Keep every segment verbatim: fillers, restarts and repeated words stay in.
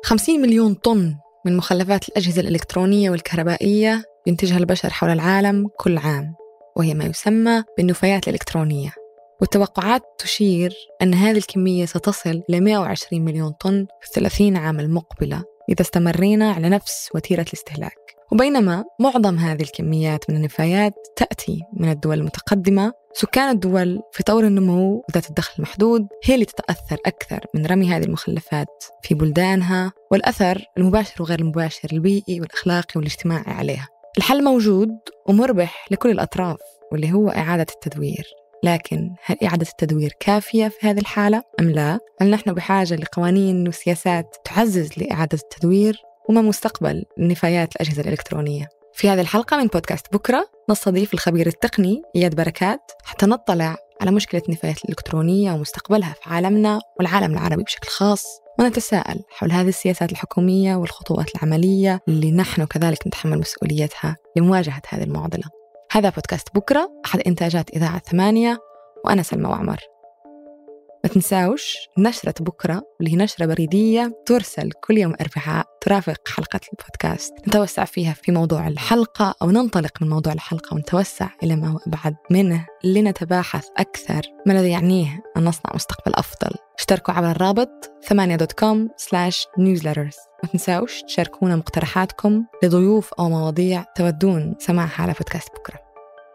خمسين مليون طن من مخلفات الأجهزة الإلكترونية والكهربائية ينتجها البشر حول العالم كل عام، وهي ما يسمى بالنفايات الإلكترونية. والتوقعات تشير أن هذه الكمية ستصل إلى مئة وعشرين مليون طن في الثلاثين عام المقبلة إذا استمرينا على نفس وتيرة الاستهلاك. وبينما معظم هذه الكميات من النفايات تأتي من الدول المتقدمة، سكان الدول في طور النمو وذات الدخل المحدود هي اللي تتأثر أكثر من رمي هذه المخلفات في بلدانها والأثر المباشر وغير المباشر البيئي والأخلاقي والاجتماعي عليها. الحل موجود ومربح لكل الأطراف، واللي هو إعادة التدوير. لكن هل إعادة التدوير كافية في هذه الحالة أم لا؟ هل نحن بحاجة لقوانين وسياسات تعزز لإعادة التدوير؟ وما مستقبل النفايات الأجهزة الإلكترونية؟ في هذه الحلقة من بودكاست بكرة نستضيف الخبير التقني إياد بركات حتى نطلع على مشكلة النفايات الإلكترونية ومستقبلها في عالمنا والعالم العربي بشكل خاص، ونتساءل حول هذه السياسات الحكومية والخطوات العملية اللي نحن كذلك نتحمل مسؤوليتها لمواجهة هذه المعضلة. هذا بودكاست بكرة، أحد إنتاجات إذاعة ثمانية، وأنا سلمى وعمر. ما تنساوش نشرة بكرة، واللي هي نشرة بريدية ترسل كل يوم أربعاء ترافق حلقة البودكاست، نتوسع فيها في موضوع الحلقة أو ننطلق من موضوع الحلقة ونتوسع إلى ما هو أبعد منه، لنتباحث أكثر ما الذي يعنيه أن نصنع مستقبل أفضل. اشتركوا عبر الرابط ثمانية دوت كوم سلاش نيوزليترز. ما تنساوش تشاركونا مقترحاتكم لضيوف أو مواضيع تودون سماعها على بودكاست بكرة.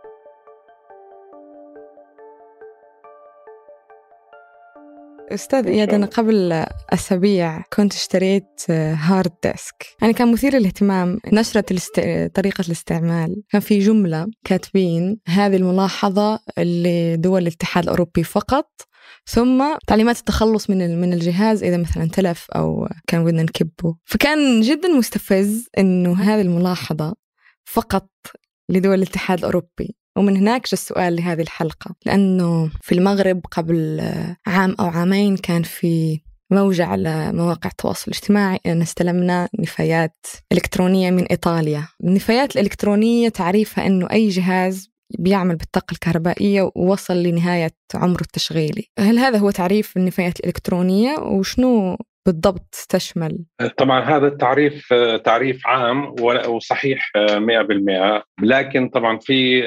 أستاذ إياد، أنا قبل أسابيع كنت اشتريت هارد ديسك، يعني كان مثير للاهتمام. نشرة الاست... طريقة الاستعمال كان في جملة كاتبين هذه الملاحظة لدول الاتحاد الأوروبي فقط، ثم تعليمات التخلص من من الجهاز إذا مثلا تلف أو كان بدنا نكبه. فكان جدا مستفز إنه هذه الملاحظة فقط لدول الاتحاد الأوروبي. ومن هناك جاء السؤال لهذه الحلقة، لأنه في المغرب قبل عام أو عامين كان في موجة على مواقع التواصل الاجتماعي أن استلمنا نفايات إلكترونية من إيطاليا. النفايات الإلكترونية تعريفها أنه أي جهاز بيعمل بالطاقة الكهربائية ووصل لنهاية عمره التشغيلي. هل هذا هو تعريف النفايات الإلكترونية، وشنو بالضبط تشمل؟ طبعا هذا التعريف تعريف عام وصحيح مئة بالمئة، لكن طبعا في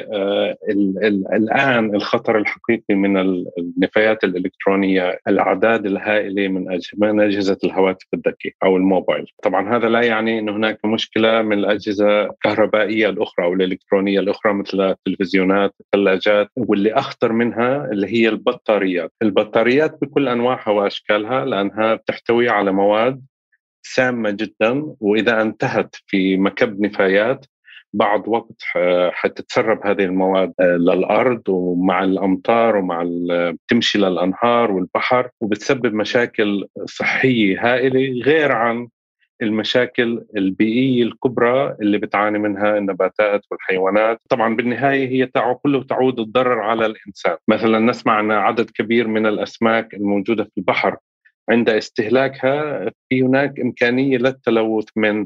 الآن الخطر الحقيقي من النفايات الإلكترونية الأعداد الهائلة من أجهزة الهواتف الذكية أو الموبايل. طبعا هذا لا يعني أن هناك مشكلة من الأجهزة الكهربائية الأخرى أو الإلكترونية الأخرى مثل التلفزيونات، الثلاجات، واللي أخطر منها اللي هي البطاريات. البطاريات بكل أنواعها وأشكالها، لأنها بتحتوي على مواد سامة جدا، وإذا انتهت في مكب نفايات بعد وقت حتتسرب هذه المواد للأرض ومع الأمطار ومع تمشي للأنهار والبحر، وبتسبب مشاكل صحية هائلة غير عن المشاكل البيئية الكبرى اللي بتعاني منها النباتات والحيوانات. طبعا بالنهاية هي تعود كله تعود الضرر على الإنسان. مثلا نسمع أن عدد كبير من الأسماك الموجودة في البحر عند استهلاكها في هناك إمكانية للتلوث من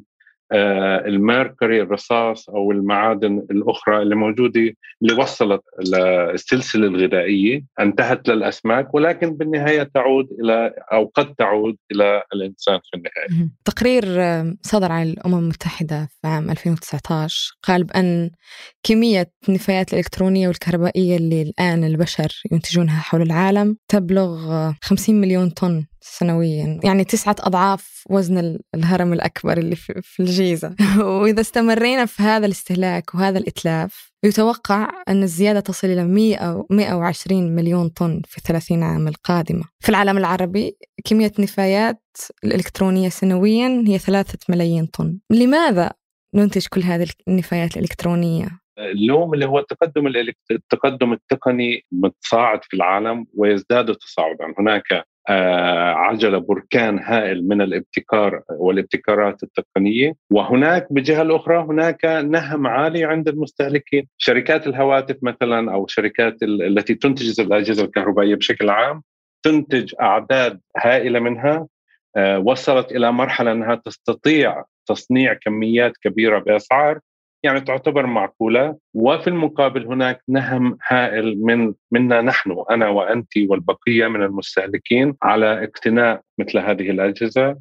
الميركوري، الرصاص أو المعادن الأخرى اللي موجودة اللي وصلت للسلسلة الغذائية، انتهت للأسماك، ولكن بالنهاية تعود إلى أو قد تعود إلى الإنسان في النهاية. تقرير صدر عن الأمم المتحدة في عام ألفين وتسعة عشر قال بأن كمية النفايات الإلكترونية والكهربائية اللي الآن البشر ينتجونها حول العالم تبلغ خمسين مليون طن سنويا، يعني تسعة أضعاف وزن الهرم الأكبر اللي في الجيزة. وإذا استمرينا في هذا الاستهلاك وهذا الإتلاف يتوقع أن الزيادة تصل إلى مئة وعشرين مليون طن في الثلاثين عام القادمة. في العالم العربي كمية النفايات الإلكترونية سنويا هي ثلاثة ملايين طن. لماذا ننتج كل هذه النفايات الإلكترونية؟ اليوم اللي هو التقدم التقدم التقني متصاعد في العالم ويزداد تصاعدا. هناك عجلة بركان هائل من الابتكار والابتكارات التقنية، وهناك بجهة الأخرى هناك نهم عالي عند المستهلكين. شركات الهواتف مثلا أو شركات التي تنتج الأجهزة الكهربائية بشكل عام تنتج أعداد هائلة منها، وصلت إلى مرحلة أنها تستطيع تصنيع كميات كبيرة بأسعار يعني تعتبر معقولة. وفي المقابل هناك نهم هائل من منا نحن، أنا وأنت والبقية من المستهلكين، على اقتناء مثل هذه الأجهزة،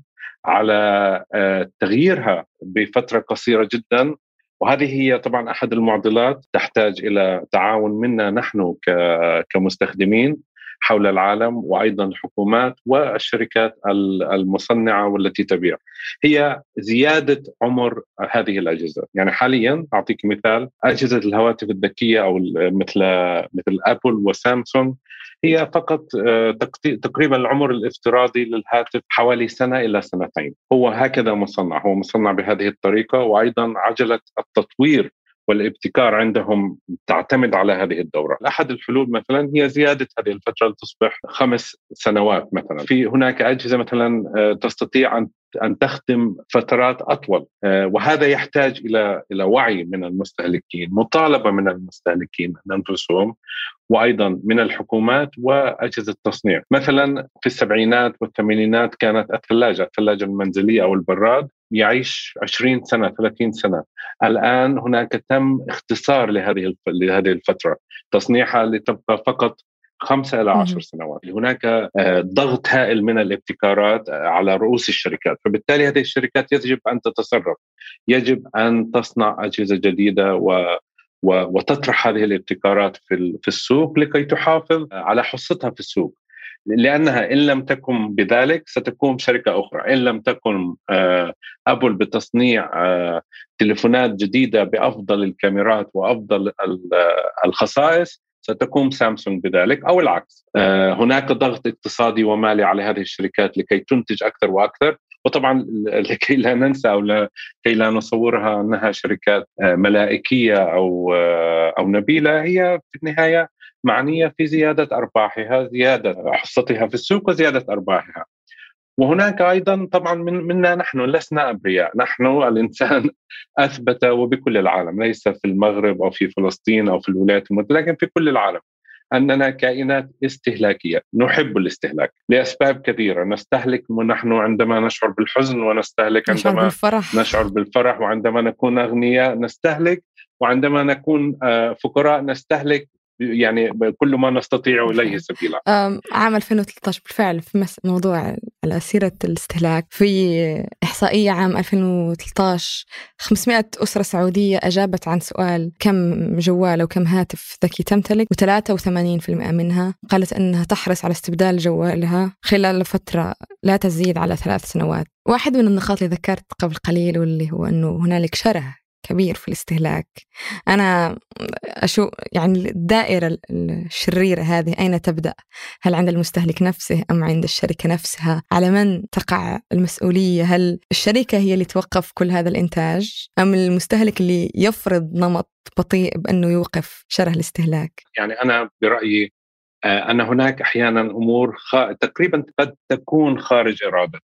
على تغييرها بفترة قصيرة جدا. وهذه هي طبعا أحد المعضلات، تحتاج إلى تعاون منا نحن كمستخدمين حول العالم، وأيضا الحكومات والشركات المصنعة والتي تبيع، هي زيادة عمر هذه الأجهزة. يعني حاليا أعطيك مثال، أجهزة الهواتف الذكية أو مثل مثل أبل وسامسونج هي فقط تقريبا العمر الافتراضي للهاتف حوالي سنة إلى سنتين، هو هكذا مصنع، هو مصنع بهذه الطريقة. وأيضا عجلة التطوير والابتكار عندهم تعتمد على هذه الدورة. أحد الحلول مثلا هي زيادة هذه الفترة لتصبح خمس سنوات مثلا. في هناك أجهزة مثلا تستطيع أن أن تخدم فترات أطول، وهذا يحتاج إلى إلى وعي من المستهلكين، مطالبة من المستهلكين أنفسهم، وأيضا من الحكومات وأجهزة التصنيع. مثلا في السبعينات والثمانينات كانت الثلاجة الثلاجة المنزلية أو البراد يعيش عشرين سنة ثلاثين سنة. الآن هناك تم اختصار لهذه لهذه الفترة، تصنيعها لتبقى فقط خمسة إلى عشر سنوات. هناك ضغط هائل من الابتكارات على رؤوس الشركات، فبالتالي هذه الشركات يجب أن تتصرف، يجب أن تصنع أجهزة جديدة و وتطرح هذه الابتكارات في السوق لكي تحافظ على حصتها في السوق. لأنها إن لم تكن بذلك ستكون شركة أخرى. إن لم تكن أبل بتصنيع تليفونات جديدة بأفضل الكاميرات وأفضل الخصائص، ستكون سامسونج بذلك أو العكس. هناك ضغط اقتصادي ومالي على هذه الشركات لكي تنتج أكثر وأكثر. وطبعا لكي لا ننسى أو لكي لا نصورها أنها شركات ملائكية أو أو نبيلة، هي في النهاية معنية في زيادة أرباحها، زيادة حصتها في السوق وزيادة أرباحها. وهناك أيضا طبعا من منا نحن لسنا أبرياء، نحن الإنسان أثبت وبكل العالم، ليس في المغرب أو في فلسطين أو في الولايات المتحدة، لكن في كل العالم، أننا كائنات استهلاكية نحب الاستهلاك لأسباب كثيرة. نستهلك ونحن عندما نشعر بالحزن، ونستهلك عندما نشعر بالفرح. نشعر بالفرح، وعندما نكون أغنياء نستهلك، وعندما نكون فقراء نستهلك، يعني كل ما نستطيع إليه سبيلا. عام ألفين وثلاثة عشر بالفعل في موضوع على سيرة الاستهلاك، في إحصائية عام ألفين وثلاثة عشر خمسمائة أسرة سعودية أجابت عن سؤال كم جوال أو كم هاتف ذكي تمتلك، وثلاثة وثمانين بالمئة منها قالت أنها تحرص على استبدال جوالها خلال فترة لا تزيد على ثلاث سنوات. واحد من النقاط اللي ذكرت قبل قليل واللي هو أنه هنالك شره كبير في الاستهلاك. أنا أشوف يعني الدائرة الشريرة هذه أين تبدأ؟ هل عند المستهلك نفسه أم عند الشركة نفسها؟ على من تقع المسؤولية؟ هل الشركة هي اللي توقف كل هذا الإنتاج أم المستهلك اللي يفرض نمط بطيء بأنه يوقف شره الاستهلاك؟ يعني أنا برأيي أن هناك أحيانا أمور خ... تقريبا قد تكون خارج إرادتنا.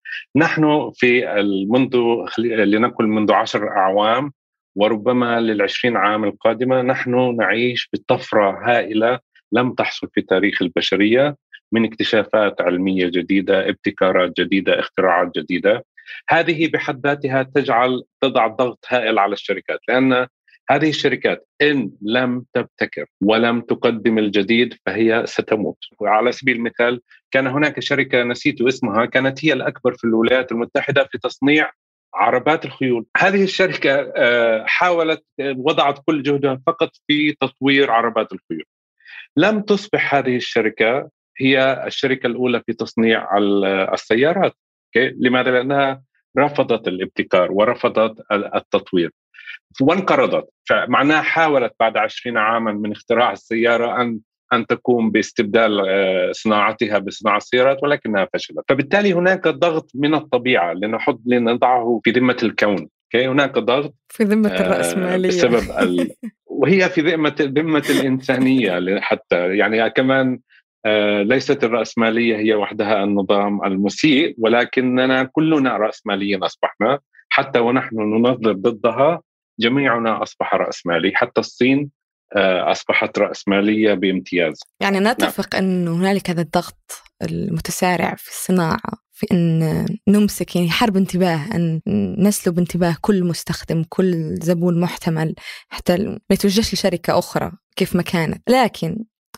نحن في منذ لنقل منذ عشر أعوام وربما للعشرين عام القادمة نحن نعيش بطفرة هائلة لم تحصل في تاريخ البشرية، من اكتشافات علمية جديدة، ابتكارات جديدة، اختراعات جديدة. هذه بحد ذاتها تجعل تضع ضغط هائل على الشركات، لأن هذه الشركات إن لم تبتكر ولم تقدم الجديد فهي ستموت. وعلى سبيل المثال كان هناك شركة نسيت اسمها، كانت هي الأكبر في الولايات المتحدة في تصنيع عربات الخيول. هذه الشركة حاولت وضعت كل جهدها فقط في تطوير عربات الخيول. لم تصبح هذه الشركة هي الشركة الأولى في تصنيع السيارات. لماذا؟ لأنها رفضت الابتكار ورفضت التطوير وانقرضت. فمعناها حاولت بعد عشرين عاما من اختراع السيارة أن أن تقوم باستبدال صناعتها بصناعة السيارات، ولكنها فشلت. فبالتالي هناك ضغط من الطبيعة لنحط لنضعه في ذمة الكون. هناك ضغط في ذمة الرأسمالية بسبب ال... وهي في ذمة ذمة الإنسانية حتى، يعني كمان ليست الرأسمالية هي وحدها النظام المسيء، ولكننا كلنا رأسماليين أصبحنا، حتى ونحن ننظر ضدها جميعنا أصبح رأسمالي، حتى الصين أصبحت رأسمالية بامتياز. يعني نتفق نعم. أنه هنالك هذا الضغط المتسارع في الصناعة في أن نمسك يعني حرب انتباه، أن نسلب انتباه كل مستخدم كل زبون محتمل حتى ما يتوجهش لشركة أخرى كيف ما كانت. لكن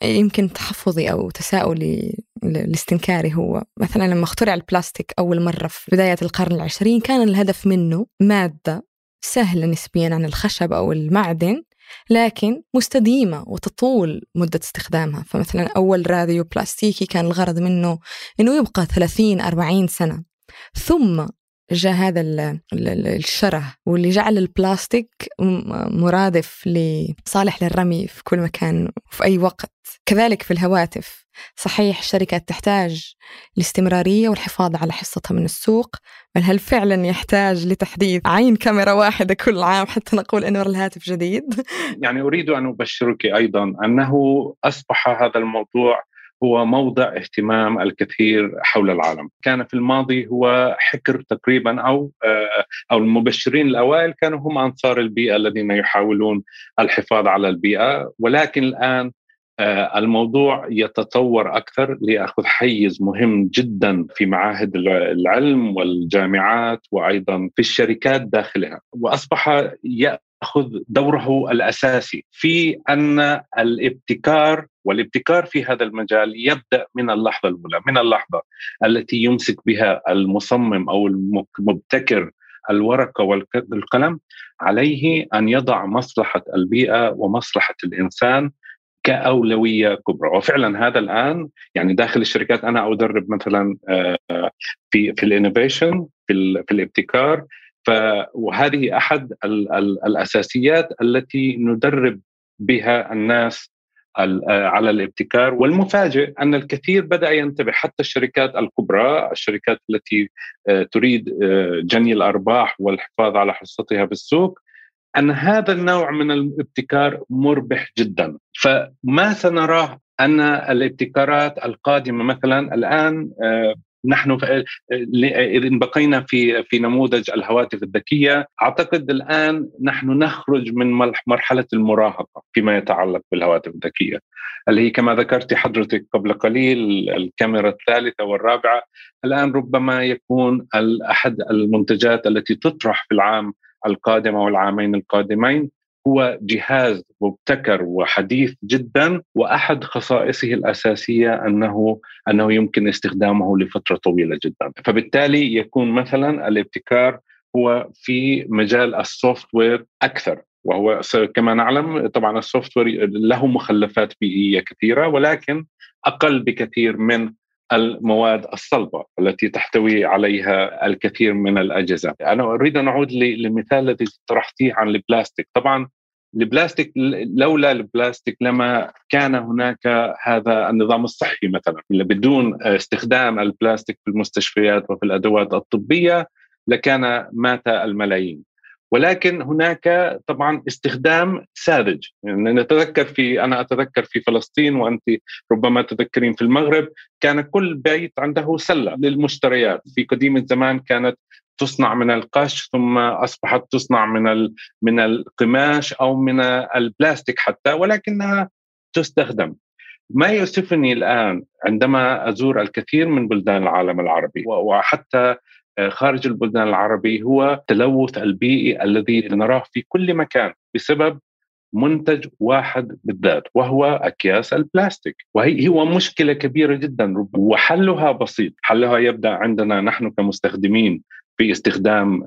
يمكن تحفظي أو تساؤلي الاستنكاري هو مثلا لما اخترع البلاستيك أول مرة في بداية القرن العشرين كان الهدف منه مادة سهلة نسبيا عن الخشب أو المعدن لكن مستديمة وتطول مدة استخدامها. فمثلا أول راديو بلاستيكي كان الغرض منه إنه يبقى ثلاثين أربعين سنة، ثم جاء هذا الشره واللي جعل البلاستيك مرادف لصالح للرمي في كل مكان وفي أي وقت. كذلك في الهواتف، صحيح الشركات تحتاج الاستمرارية والحفاظ على حصتها من السوق، بل هل فعلا يحتاج لتحديث عين كاميرا واحدة كل عام حتى نقول أنه الهاتف جديد؟ يعني أريد أن أبشرك أيضا أنه أصبح هذا الموضوع هو موضع اهتمام الكثير حول العالم. كان في الماضي هو حكر تقريبا أو أو المبشرين الأوائل كانوا هم أنصار البيئة الذين يحاولون الحفاظ على البيئة، ولكن الآن الموضوع يتطور أكثر ليأخذ حيز مهم جدا في معاهد العلم والجامعات وأيضا في الشركات داخلها، وأصبح يأخذ دوره الأساسي في أن الابتكار والابتكار في هذا المجال يبدأ من اللحظة الأولى، من اللحظة التي يمسك بها المصمم أو المبتكر الورقة والقلم. عليه أن يضع مصلحة البيئة ومصلحة الإنسان كأولوية كبرى. وفعلا هذا الآن يعني داخل الشركات أنا أدرب مثلا في في الانوفيشن في, في الابتكار، وهذه أحد ال ال الأساسيات التي ندرب بها الناس على الابتكار. والمفاجئ أن الكثير بدأ ينتبه، حتى الشركات الكبرى، الشركات التي تريد جني الأرباح والحفاظ على حصتها بالسوق، أن هذا النوع من الابتكار مربح جدا. فما سنراه أن الابتكارات القادمة مثلا الآن نحن إذا بقينا في في نموذج الهواتف الذكية، أعتقد الآن نحن نخرج من مرحلة المراهقة فيما يتعلق بالهواتف الذكية، اللي هي كما ذكرت حضرتك قبل قليل الكاميرا الثالثة والرابعة. الآن ربما يكون أحد المنتجات التي تطرح في العام القادم أو العامين القادمين هو جهاز مبتكر وحديث جدا، وأحد خصائصه الأساسية أنه أنه يمكن استخدامه لفترة طويلة جدا. فبالتالي يكون مثلا الابتكار هو في مجال السوفت وير أكثر، وهو كما نعلم طبعا السوفت وير له مخلفات بيئية كثيرة ولكن أقل بكثير من المواد الصلبة التي تحتوي عليها الكثير من الأجهزة. أنا أريد أن أعود للمثال الذي طرحتيه عن البلاستيك. طبعا البلاستيك لولا البلاستيك لما كان هناك هذا النظام الصحي مثلا. بدون استخدام البلاستيك في المستشفيات وفي الأدوات الطبية لكان مات الملايين. ولكن هناك طبعا استخدام ساذج، يعني نتذكر في أنا أتذكر في فلسطين وأنت ربما تذكرين في المغرب، كان كل بيت عنده سلة للمشتريات. في قديم الزمان كانت تصنع من القش ثم أصبحت تصنع من من القماش أو من البلاستيك حتى، ولكنها تستخدم. ما يؤسفني الآن عندما أزور الكثير من بلدان العالم العربي وحتى خارج البلدان العربي هو التلوث البيئي الذي نراه في كل مكان بسبب منتج واحد بالذات، وهو أكياس البلاستيك. وهي هو مشكلة كبيرة جدا، وحلها بسيط. حلها يبدأ عندنا نحن كمستخدمين في استخدام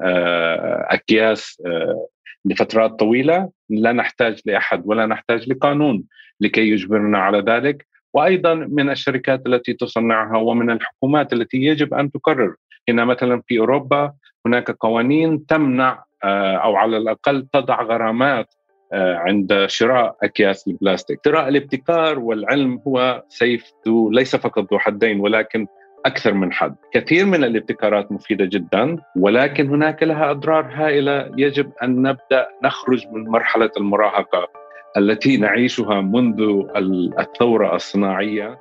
أكياس لفترات طويلة، لا نحتاج لأحد ولا نحتاج لقانون لكي يجبرنا على ذلك، وأيضا من الشركات التي تصنعها ومن الحكومات التي يجب أن تقرر. هنا مثلا في أوروبا هناك قوانين تمنع أو على الأقل تضع غرامات عند شراء أكياس البلاستيك. ترى الابتكار والعلم هو سيف ليس فقط ذو حدين ولكن أكثر من حد. كثير من الابتكارات مفيدة جدا ولكن هناك لها أضرار هائلة. يجب أن نبدأ نخرج من مرحلة المراهقة التي نعيشها منذ الثورة الصناعية.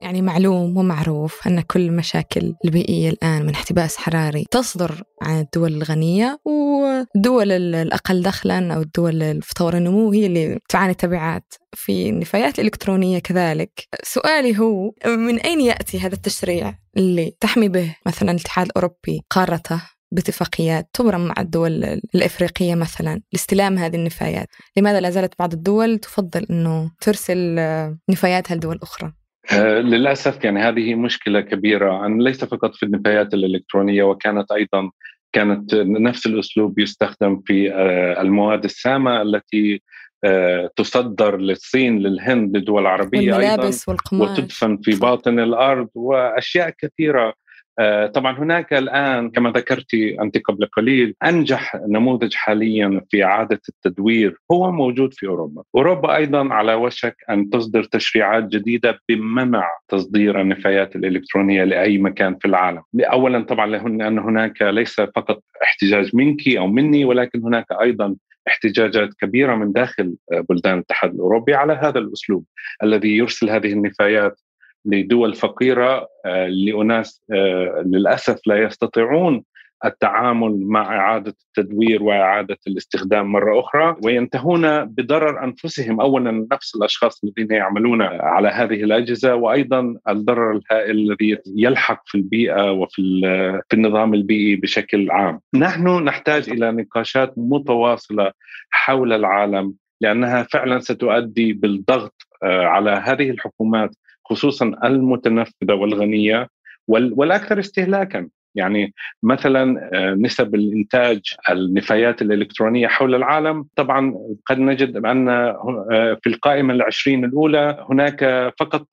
يعني معلوم ومعروف أن كل المشاكل البيئية الآن من احتباس حراري تصدر عن الدول الغنية، والدول الأقل دخلاً أو الدول في طور النمو هي اللي تعاني تبعات في النفايات الإلكترونية كذلك. سؤالي هو، من أين يأتي هذا التشريع اللي تحمي به مثلاً الاتحاد الأوروبي قارته باتفاقيات تبرم مع الدول الإفريقية مثلا لاستلام هذه النفايات؟ لماذا لا زالت بعض الدول تفضل أنه ترسل نفاياتها لدول أخرى؟ آه للأسف يعني هذه مشكلة كبيرة، أن ليس فقط في النفايات الإلكترونية، وكانت أيضا كانت نفس الأسلوب يستخدم في آه المواد السامة التي آه تصدر للصين للهند للدول العربية أيضا، وتدفن في باطن الأرض وأشياء كثيرة. آه طبعا هناك الآن كما ذكرتي أنت قبل قليل أنجح نموذج حاليا في إعادة التدوير هو موجود في أوروبا. أوروبا أيضا على وشك أن تصدر تشريعات جديدة بمنع تصدير النفايات الإلكترونية لأي مكان في العالم. أولا طبعا لأن هناك ليس فقط احتجاج منك أو مني، ولكن هناك أيضا احتجاجات كبيرة من داخل بلدان الاتحاد الأوروبي على هذا الأسلوب الذي يرسل هذه النفايات لدول فقيرة، لأناس للأسف لا يستطيعون التعامل مع إعادة التدوير وإعادة الاستخدام مرة أخرى، وينتهون بضرر أنفسهم. أولا نفس الأشخاص الذين يعملون على هذه الأجهزة، وأيضا الضرر الهائل الذي يلحق في البيئة وفي في النظام البيئي بشكل عام. نحن نحتاج إلى نقاشات متواصلة حول العالم، لأنها فعلا ستؤدي بالضغط على هذه الحكومات خصوصا المتنفذة والغنية والأكثر استهلاكا. يعني مثلا نسب الإنتاج النفايات الإلكترونية حول العالم، طبعا قد نجد أن في القائمة العشرين الأولى هناك فقط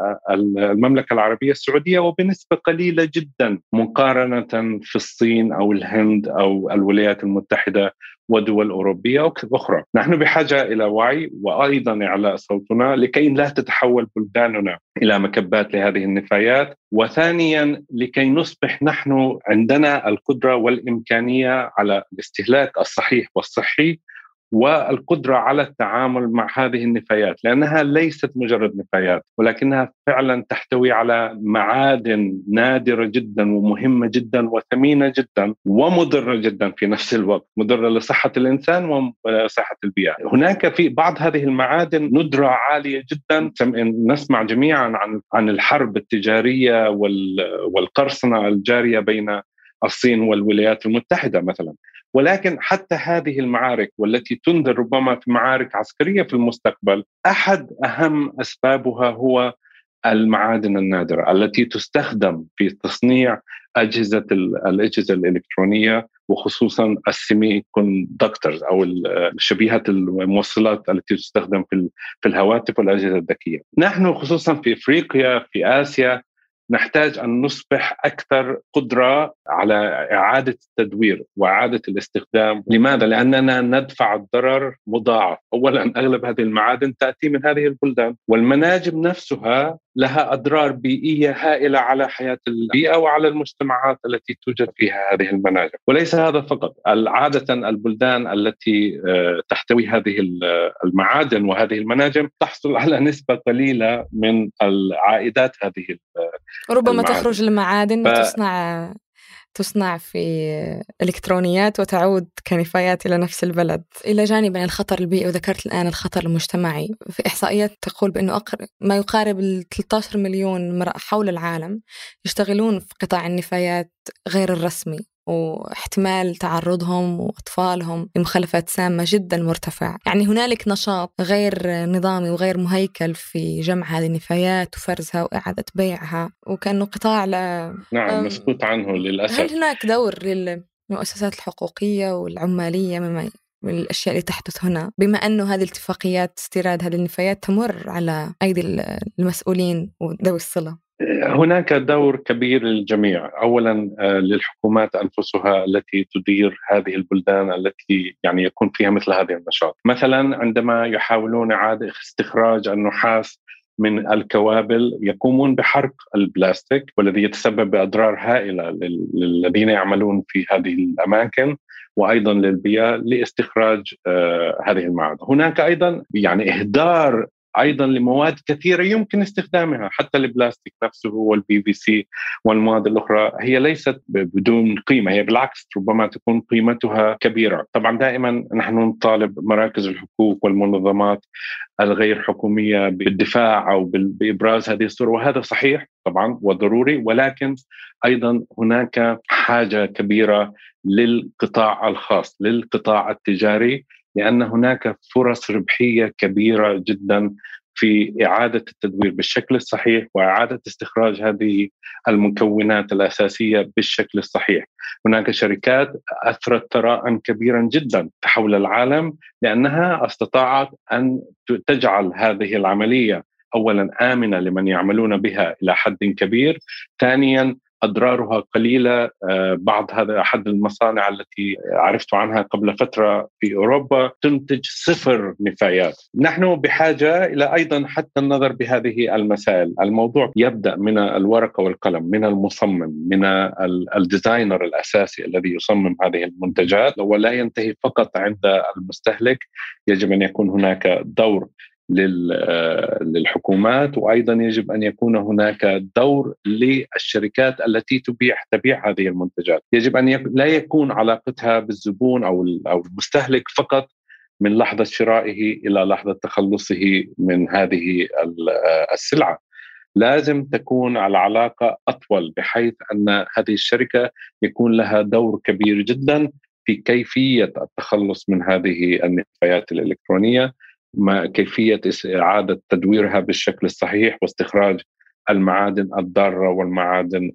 المملكة العربية السعودية، وبنسبة قليلة جدا مقارنة في الصين أو الهند أو الولايات المتحدة ودول أوروبية أخرى. نحن بحاجة إلى وعي وأيضا إعلاء صوتنا لكي لا تتحول بلداننا إلى مكبات لهذه النفايات، وثانيا لكي نصبح نحن عندنا القدرة والإمكانية على الاستهلاك الصحيح والصحي والقدرة على التعامل مع هذه النفايات، لأنها ليست مجرد نفايات ولكنها فعلا تحتوي على معادن نادرة جدا ومهمة جدا وثمينة جدا ومضرة جدا في نفس الوقت، مضرة لصحة الإنسان وصحة البيئة. هناك في بعض هذه المعادن ندرة عالية جدا. نسمع جميعا عن عن الحرب التجارية والقرصنة الجارية بين الصين والولايات المتحدة مثلا، ولكن حتى هذه المعارك والتي تنذر ربما في معارك عسكرية في المستقبل، أحد أهم أسبابها هو المعادن النادرة التي تستخدم في تصنيع أجهزة الأجهزة الإلكترونية، وخصوصا السيمي كوندكتورز أو شبيهة الموصلات التي تستخدم في في الهواتف والأجهزة الذكية. نحن خصوصا في أفريقيا في آسيا نحتاج أن نصبح أكثر قدرة على إعادة التدوير وإعادة الاستخدام. لماذا؟ لأننا ندفع الضرر مضاعف. أولا أغلب هذه المعادن تأتي من هذه البلدان، والمناجم نفسها لها أضرار بيئية هائلة على حياة البيئة وعلى المجتمعات التي توجد فيها هذه المناجم. وليس هذا فقط، عادة البلدان التي تحتوي هذه المعادن وهذه المناجم تحصل على نسبة قليلة من العائدات هذه ربما المعادن. تخرج المعادن ف... وتصنع تصنع في إلكترونيات وتعود كنفايات إلى نفس البلد. إلى جانب الخطر البيئي، وذكرت الآن الخطر المجتمعي، في إحصائيات تقول بأنه أقر... ما يقارب ثلاثة عشر مليون امرأة حول العالم يشتغلون في قطاع النفايات غير الرسمي، واحتمال تعرضهم وأطفالهم لمخلفات سامة جدا مرتفع. يعني هنالك نشاط غير نظامي وغير مهيكل في جمع هذه النفايات وفرزها وإعادة بيعها، وكأنه قطاع لا نعم مسكوت عنه للأسف. هل هناك دور للمؤسسات الحقوقية والعمالية مما من الأشياء اللي تحدث هنا، بما أنه هذه الاتفاقيات استيراد هذه النفايات تمر على أيدي المسؤولين وذوي الصلة؟ هناك دور كبير للجميع. أولا للحكومات أنفسها التي تدير هذه البلدان التي يعني يكون فيها مثل هذه النشاط. مثلا عندما يحاولون إعادة استخراج النحاس من الكوابل يقومون بحرق البلاستيك، والذي يتسبب بأضرار هائلة للذين يعملون في هذه الأماكن وأيضا للبيئة لاستخراج هذه المعادن. هناك أيضا يعني إهدار أيضا لمواد كثيرة يمكن استخدامها، حتى البلاستيك نفسه والبي في سي والمواد الأخرى هي ليست بدون قيمة، هي بالعكس ربما تكون قيمتها كبيرة. طبعا دائما نحن نطالب مراكز الحقوق والمنظمات الغير حكومية بالدفاع أو بإبراز هذه الصورة، وهذا صحيح طبعا وضروري، ولكن أيضا هناك حاجة كبيرة للقطاع الخاص، للقطاع التجاري، لأن هناك فرص ربحية كبيرة جدا في إعادة التدوير بالشكل الصحيح وإعادة استخراج هذه المكونات الأساسية بالشكل الصحيح. هناك شركات أثرت ثراء كبيرا جدا حول العالم لأنها استطاعت أن تجعل هذه العملية أولا آمنة لمن يعملون بها إلى حد كبير، ثانيا أضرارها قليلة. بعض هذا أحد المصانع التي عرفت عنها قبل فترة في أوروبا تنتج صفر نفايات. نحن بحاجة إلى أيضا حتى النظر بهذه المسائل. الموضوع يبدأ من الورقة والقلم، من المصمم، من الديزاينر الأساسي الذي يصمم هذه المنتجات، ولا ينتهي فقط عند المستهلك. يجب أن يكون هناك دور للحكومات، وأيضا يجب أن يكون هناك دور للشركات التي تبيع تبيع هذه المنتجات. يجب أن يك... لا يكون علاقتها بالزبون أو أو المستهلك فقط من لحظة شرائه إلى لحظة تخلصه من هذه السلعة. لازم تكون العلاقة أطول، بحيث أن هذه الشركة يكون لها دور كبير جدا في كيفية التخلص من هذه النفايات الإلكترونية، ما كيفية إعادة تدويرها بالشكل الصحيح واستخراج المعادن الضارة والمعادن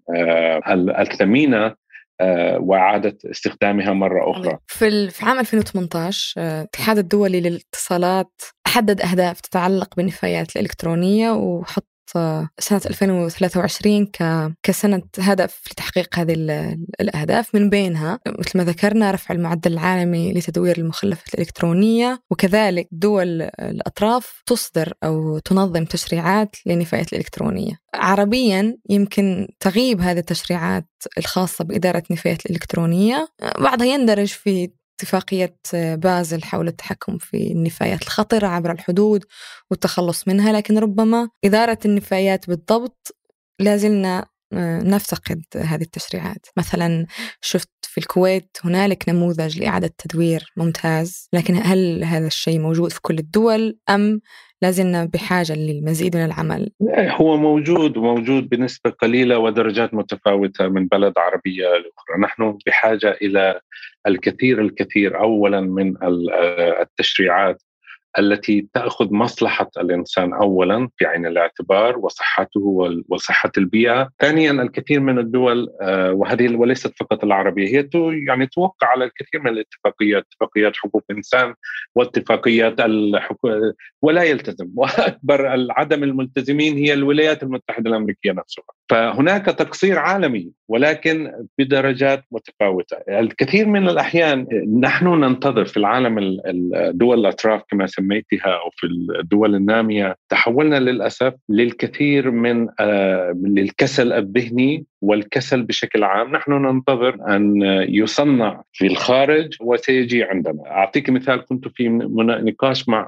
الثمينة وإعادة استخدامها مرة أخرى. في عام ألفين وثمانية عشر الاتحاد الدولي للاتصالات حدد أهداف تتعلق بالنفايات الإلكترونية، وحط سنة ألفين وثلاثة وعشرين كسنة هدف لتحقيق هذه الأهداف، من بينها مثل ما ذكرنا رفع المعدل العالمي لتدوير المخلفات الإلكترونية، وكذلك دول الأطراف تصدر أو تنظم تشريعات للنفايات الإلكترونية. عربيا يمكن تغيب هذه التشريعات الخاصة بإدارة النفايات الإلكترونية، بعضها يندرج في اتفاقية بازل حول التحكم في النفايات الخطرة عبر الحدود والتخلص منها، لكن ربما إدارة النفايات بالضبط لازلنا نفتقد هذه التشريعات. مثلا شفت في الكويت هنالك نموذج لإعادة تدوير ممتاز، لكن هل هذا الشيء موجود في كل الدول أم لازلنا بحاجة للمزيد من العمل؟ هو موجود وموجود بنسبة قليلة ودرجات متفاوتة من بلد عربية لأخرى. نحن بحاجة إلى الكثير الكثير أولا من التشريعات التي تأخذ مصلحة الإنسان أولا في عين الاعتبار وصحته وصحة البيئة. ثانيا الكثير من الدول، وهذه وليست فقط العربية، هي يعني توقع على الكثير من الاتفاقيات، اتفاقيات حقوق الإنسان واتفاقيات الحقوق، ولا يلتزم. وأكبر العدم الملتزمين هي الولايات المتحدة الأمريكية نفسها. فهناك تقصير عالمي ولكن بدرجات متفاوتة. الكثير من الأحيان نحن ننتظر في العالم الدول الأطراف كما سميتها أو في الدول النامية، تحولنا للأسف للكثير من الكسل الذهني والكسل بشكل عام. نحن ننتظر أن يصنع في الخارج وسيجي عندنا. أعطيك مثال، كنت في نقاش مع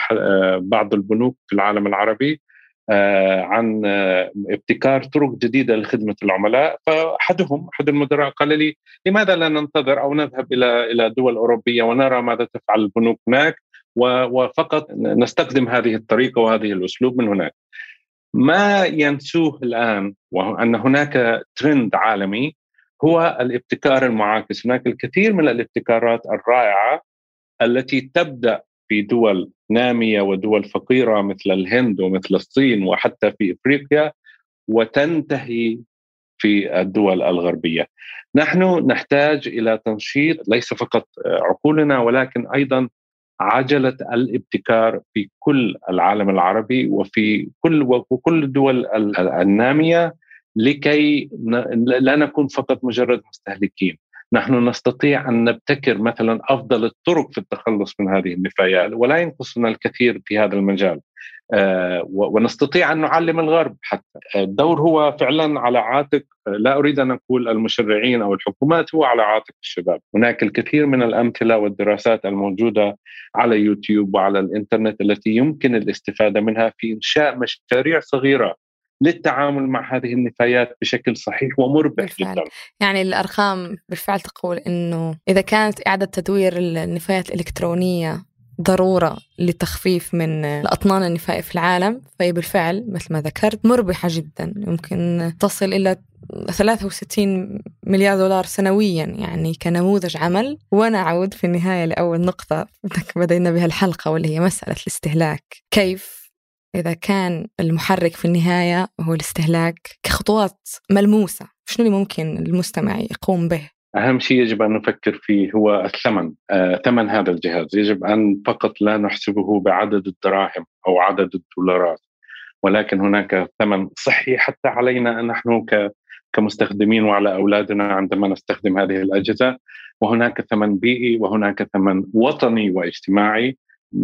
بعض البنوك في العالم العربي عن ابتكار طرق جديدة لخدمة العملاء، فأحدهم أحد المدراء قال لي لماذا لا ننتظر أو نذهب إلى إلى دول أوروبية ونرى ماذا تفعل البنوك هناك وفقط نستخدم هذه الطريقة وهذه الأسلوب من هناك. ما ينسوه الآن وأن هناك ترند عالمي هو الابتكار المعاكس. هناك الكثير من الابتكارات الرائعة التي تبدأ في دول نامية ودول فقيرة مثل الهند ومثل الصين وحتى في إفريقيا، وتنتهي في الدول الغربية. نحن نحتاج إلى تنشيط ليس فقط عقولنا ولكن أيضا عجلة الابتكار في كل العالم العربي وفي كل وكل الدول النامية، لكي لا نكون فقط مجرد مستهلكين. نحن نستطيع أن نبتكر مثلا أفضل الطرق في التخلص من هذه النفايات، ولا ينقصنا الكثير في هذا المجال. ونستطيع أن نعلم الغرب. حتى الدور هو فعلا على عاتق، لا أريد أن أقول المشرعين أو الحكومات، هو على عاتق الشباب. هناك الكثير من الأمثلة والدراسات الموجودة على يوتيوب وعلى الإنترنت التي يمكن الاستفادة منها في إنشاء مشاريع صغيرة للتعامل مع هذه النفايات بشكل صحيح ومربح بالفعل. جدا. يعني الأرقام بالفعل تقول أنه إذا كانت إعادة تدوير النفايات الإلكترونية ضرورة للتخفيف من الأطنان النفائية في العالم، فهي بالفعل مثل ما ذكرت مربحة جدا، يمكن تصل إلى ثلاثة وستين مليار دولار سنويا يعني كنموذج عمل. وأنا أعود في النهاية لأول نقطة بدأنا بها الحلقة، واللي هي مسألة الاستهلاك. كيف إذا كان المحرك في النهاية هو الاستهلاك كخطوات ملموسة، شنو اللي ممكن المستمع يقوم به؟ أهم شيء يجب أن نفكر فيه هو الثمن. آه، ثمن هذا الجهاز يجب أن فقط لا نحسبه بعدد الدراهم أو عدد الدولارات، ولكن هناك ثمن صحي حتى علينا نحن كمستخدمين وعلى أولادنا عندما نستخدم هذه الأجهزة، وهناك ثمن بيئي، وهناك ثمن وطني واجتماعي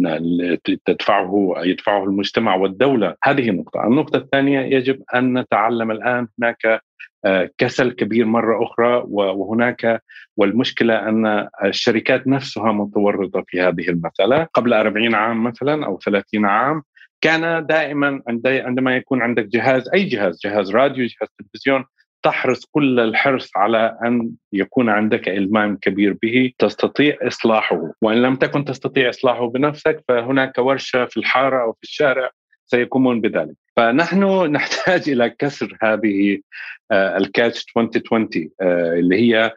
تدفعه يدفعه المجتمع والدولة. هذه النقطة. النقطة الثانية، يجب أن نتعلم الآن هناك كسل كبير مرة أخرى، وهناك والمشكلة أن الشركات نفسها متورطة في هذه المسألة. قبل أربعين عام مثلا أو ثلاثين عام كان دائما عندما يكون عندك جهاز، أي جهاز، جهاز راديو، جهاز تلفزيون، تحرص كل الحرص على أن يكون عندك إلمام كبير به تستطيع إصلاحه، وإن لم تكن تستطيع إصلاحه بنفسك فهناك ورشة في الحارة أو في الشارع سيقومون بذلك. فنحن نحتاج إلى كسر هذه الكاتش عشرين عشرين اللي هي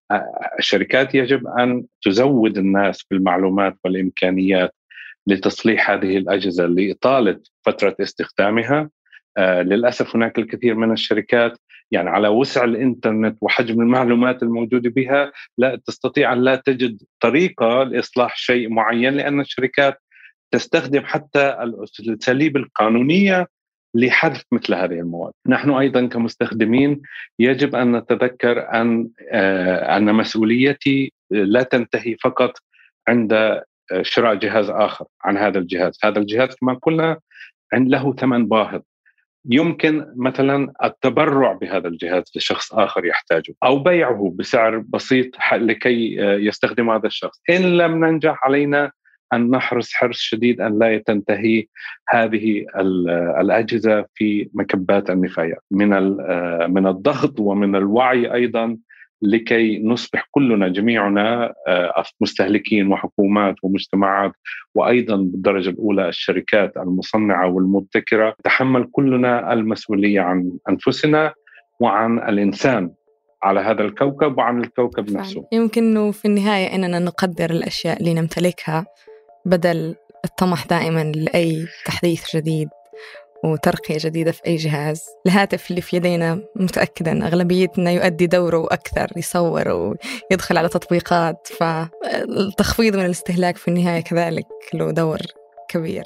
الشركات يجب أن تزود الناس بالمعلومات والإمكانيات لتصليح هذه الأجهزة لإطالة فترة استخدامها. للأسف هناك الكثير من الشركات يعني على وسع الإنترنت وحجم المعلومات الموجودة بها لا تستطيع أن لا تجد طريقة لإصلاح شيء معين، لأن الشركات تستخدم حتى الأساليب القانونية لحذف مثل هذه المواد. نحن أيضا كمستخدمين يجب أن نتذكر أن أن مسؤوليتي لا تنتهي فقط عند شراء جهاز آخر عن هذا الجهاز. هذا الجهاز كما قلنا له ثمن باهظ، يمكن مثلا التبرع بهذا الجهاز لشخص آخر يحتاجه أو بيعه بسعر بسيط لكي يستخدم هذا الشخص. إن لم ننجح علينا أن نحرص حرص شديد أن لا تنتهي هذه الأجهزة في مكبات النفايات. من من الضغط ومن الوعي أيضا لكي نصبح كلنا جميعنا مستهلكين، وحكومات ومجتمعات، وأيضا بالدرجة الأولى الشركات المصنعة والمبتكرة، تحمل كلنا المسؤولية عن أنفسنا وعن الإنسان على هذا الكوكب وعن الكوكب فعلا. نفسه. يمكن أنه في النهاية أننا نقدر الأشياء اللي نمتلكها بدل الطمح دائما لأي تحديث جديد وترقية جديدة في أي جهاز. الهاتف اللي في يدينا متأكدا أن أغلبيتنا يؤدي دوره أكثر، يصور ويدخل على تطبيقات، فالتخفيض من الاستهلاك في النهاية كذلك له دور كبير.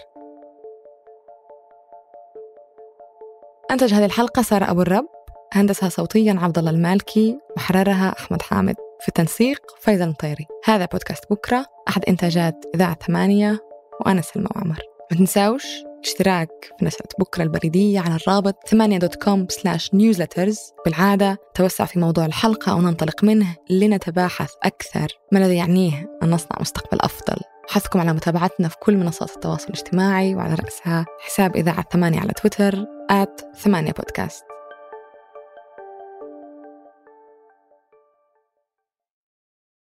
أنتج هذه الحلقة سارة أبو الرب، هندسها صوتيا عبد الله المالكي، وحررها أحمد حامد، في تنسيق فايزة المطيري. هذا بودكاست بكرة، أحد إنتاجات إذاعة ثمانية، وأنا سلمى وعمر. ما تنساوش اشتراك في نشرة بكرة البريدية على الرابط ثمانية دوت كوم سلاش نيوزلترز. بالعادة توسع في موضوع الحلقة وننطلق منه لنتباحث أكثر ما الذي يعنيه أن نصنع مستقبل أفضل. حثكم على متابعتنا في كل منصات التواصل الاجتماعي، وعلى رأسها حساب إذاعة ثمانية على تويتر آت ثمانية بودكاست.